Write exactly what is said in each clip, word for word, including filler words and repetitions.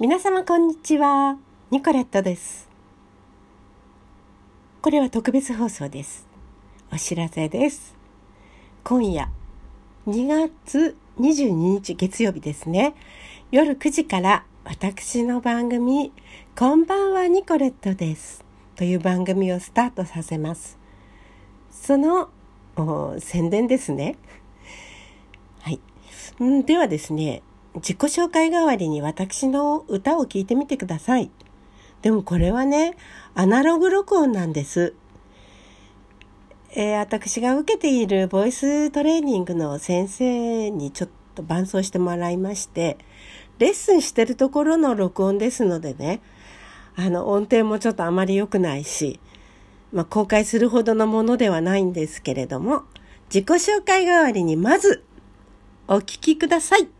皆様こんにちは、ニコレットです。これは特別放送です。お知らせです。今夜にがつにじゅうににち月曜日ですね、夜くじから私の番組こんばんはニコレットですという番組をスタートさせます。その宣伝ですね。はい、んではですね、自己紹介代わりに私の歌を聴いてみてください。でもこれはね、アナログ録音なんです。えー、私が受けているボイストレーニングの先生にちょっと伴奏してもらいまして、レッスンしてるところの録音ですのでね、あの音程もちょっとあまり良くないし、まあ、公開するほどのものではないんですけれども、自己紹介代わりにまずお聴きください。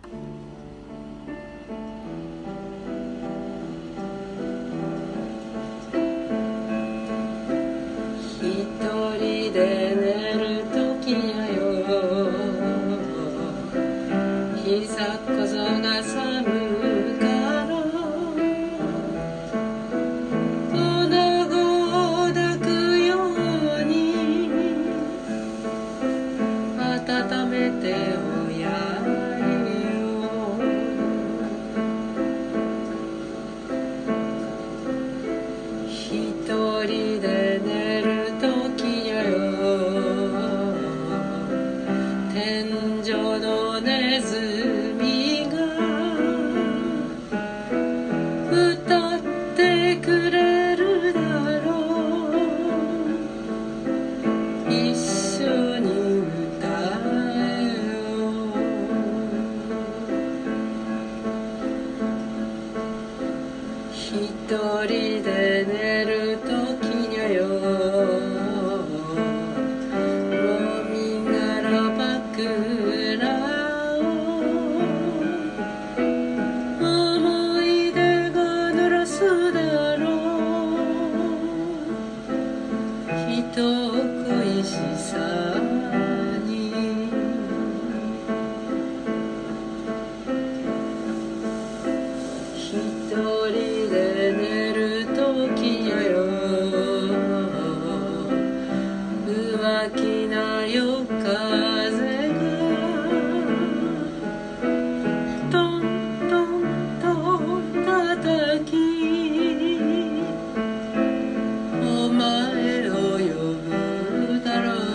で寝るときやよ、膝小僧が寒から女子を抱くように温めておやりよ。一人で寝るときやよ、天井のネズミが歌ってくれるだろう、一緒に歌えよ。一人で寝るときにゃよ、恋しさに一人で寝るときやよ、浮気な夜風がトントンと叩き、お前を呼ぶだろう。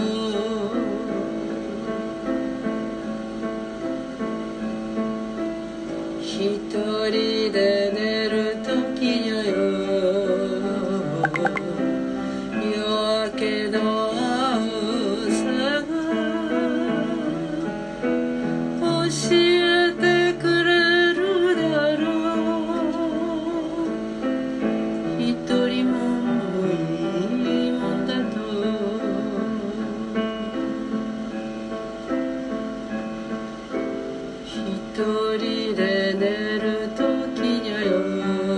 一人で寝るときやよ、夜明けの青さが教えてくれるだろう、一人もいいもんだと。一人で寝るときにゃよ、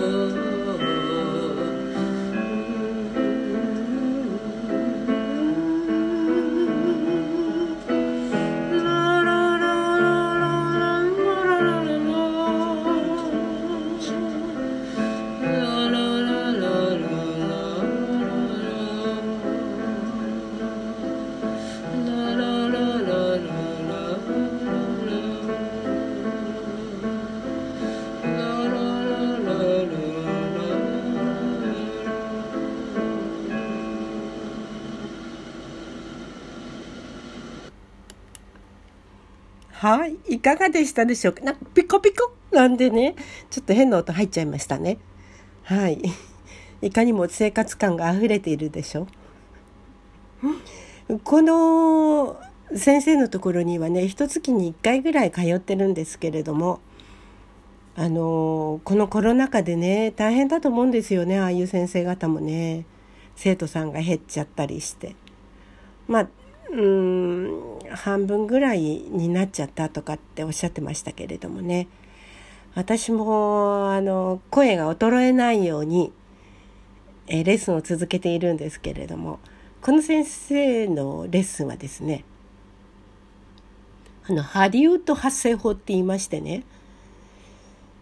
はい、いかがでしたでしょうか。なんかピコピコなんでね、ちょっと変な音入っちゃいましたね。はい、いかにも生活感があふれているでしょ。この先生のところにはね、一月にいっかいぐらい通ってるんですけれども、あのこのコロナ禍でね、大変だと思うんですよね。ああいう先生方もね、生徒さんが減っちゃったりして、まあうーん半分ぐらいになっちゃったとかっておっしゃってましたけれどもね、私もあの声が衰えないようにえレッスンを続けているんですけれども、この先生のレッスンはですね、あのハリウッド発声法って言いましてね、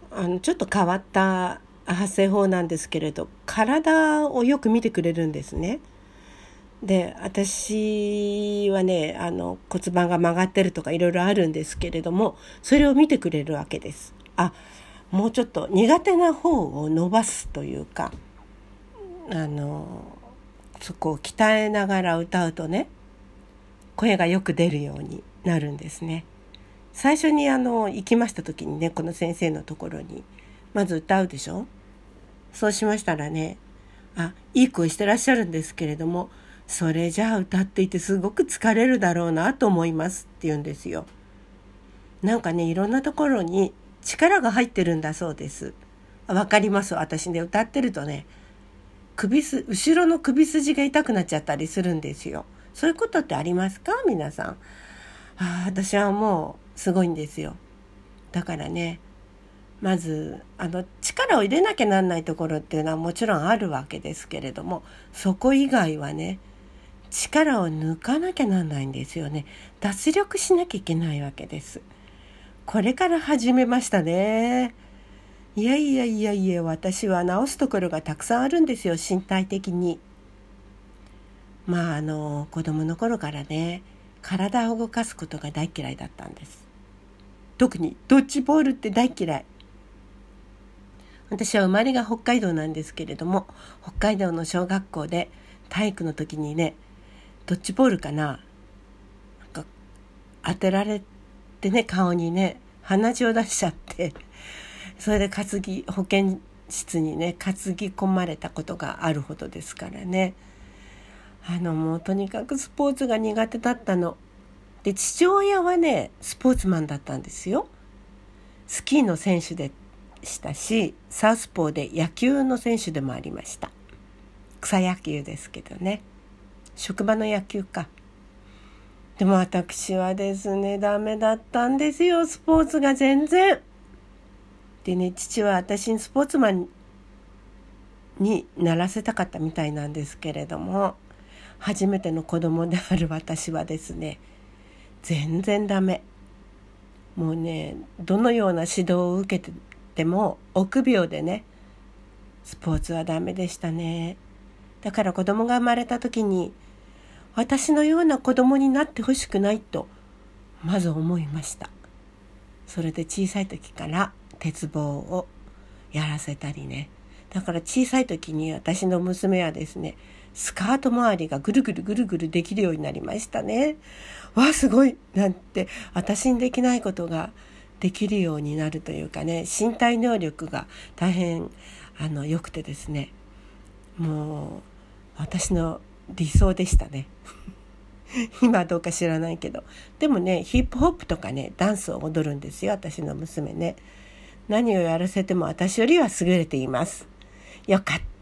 あのちょっと変わった発声法なんですけれど、体をよく見てくれるんですね。で、私はね、あの骨盤が曲がってるとかいろいろあるんですけれども、それを見てくれるわけです。あ、もうちょっと苦手な方を伸ばすというか、あのそこを鍛えながら歌うとね、声がよく出るようになるんですね。最初にあの行きました時にね、この先生のところにまず歌うでしょ。そうしましたらね、あ、いい声してらっしゃるんですけれども、それじゃあ歌っていてすごく疲れるだろうなと思いますって言うんですよ。なんかね、いろんなところに力が入ってるんだそうです。わかります。私ね、歌ってるとね、首す後ろの首筋が痛くなっちゃったりするんですよ。そういうことってありますか、皆さん。あ、私はもうすごいんですよ。だからね、まずあの力を入れなきゃなんないところっていうのはもちろんあるわけですけれども、そこ以外はね、力を抜かなきゃなんないんですよね。脱力しなきゃいけないわけです。これから始めましたね。いやいやいやいや、私は直すところがたくさんあるんですよ、身体的に。まああの子供の頃からね、体を動かすことが大嫌いだったんです。特にドッジボールって大嫌い。私は生まれが北海道なんですけれども、北海道の小学校で体育の時にね、ドッジボールかな、なんか当てられてね、顔にね鼻血を出しちゃって、それで担ぎ保健室にね担ぎ込まれたことがあるほどですからね。あのもうとにかくスポーツが苦手だったので、父親はねスポーツマンだったんですよ。スキーの選手でしたし、サウスポーで野球の選手でもありました。草野球ですけどね、職場の野球か。でも私はですね、ダメだったんですよ、スポーツが全然。でね、父は私にスポーツマンにならせたかったみたいなんですけれども、初めての子供である私はですね、全然ダメ。もうね、どのような指導を受けてても臆病でね、スポーツはダメでしたね。だから子供が生まれた時に、私のような子供になってほしくないとまず思いました。それで小さい時から鉄棒をやらせたりね。だから小さい時に私の娘はですね、スカート周りがぐるぐるぐるぐるできるようになりましたね。わあすごいなんて、私にできないことができるようになるというかね、身体能力が大変あの良くてですね、もう私の理想でしたね。今どうか知らないけど、でもね、ヒップホップとかね、ダンスを踊るんですよ、私の娘ね。何をやらせても私よりは優れています。よかった。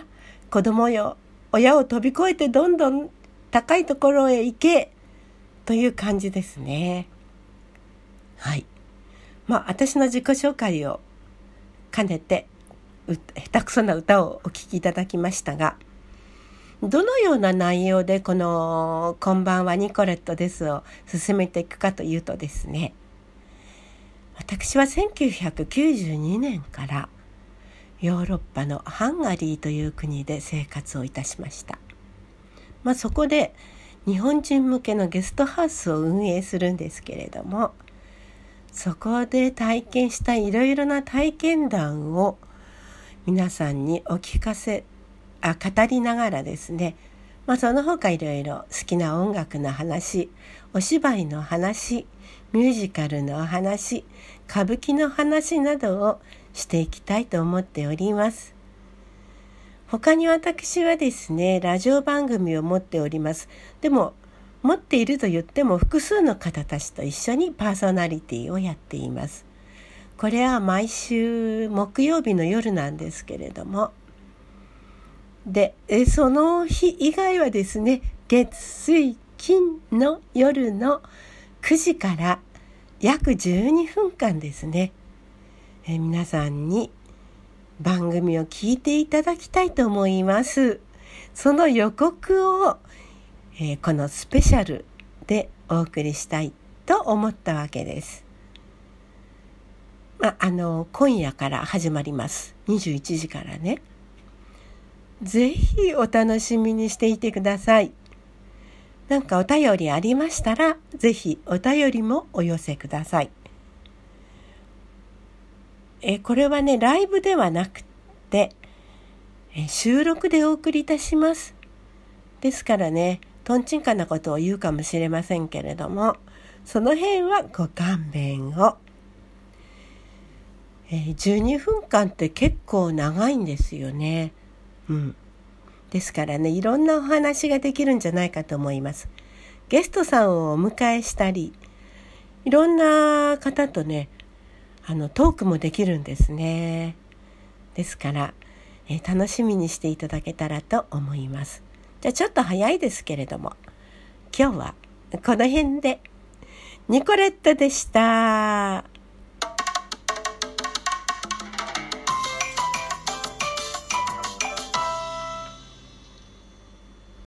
子供よ、親を飛び越えてどんどん高いところへ行けという感じですね。はい。まあ私の自己紹介を兼ねて下手くそな歌をお聴きいただきましたが、どのような内容でこのこんばんはニコレットですを進めていくかというとですね、私はせんきゅうひゃくきゅうじゅうにねんからヨーロッパのハンガリーという国で生活をいたしました。まあそこで日本人向けのゲストハウスを運営するんですけれども、そこで体験したいろいろな体験談を皆さんにお聞かせあ語りながらですね、まあ、その他いろいろ好きな音楽の話、お芝居の話、ミュージカルの話、歌舞伎の話などをしていきたいと思っております。他に私はですね、ラジオ番組を持っております。でも持っていると言っても複数の方たちと一緒にパーソナリティをやっています。これは毎週木曜日の夜なんですけれども、でその日以外はですね、月水金の夜のくじから約じゅうにふんかんですね、え皆さんに番組を聞いていただきたいと思います。その予告を、えー、このスペシャルでお送りしたいと思ったわけです。 まあの今夜から始まります。にじゅういちじからね。ぜひお楽しみにしていてください。なんかお便りありましたら、ぜひお便りもお寄せください。えこれはね、ライブではなくて、え収録でお送りいたします。ですからね、とんちんかなことを言うかもしれませんけれども、その辺はご勘弁を。えー、じゅうにふんかんって結構長いんですよね。うん。ですからね、いろんなお話ができるんじゃないかと思います。ゲストさんをお迎えしたり、いろんな方とね、あのトークもできるんですね。ですから、えー、楽しみにしていただけたらと思います。じゃあちょっと早いですけれども、今日はこの辺でニコレットでした。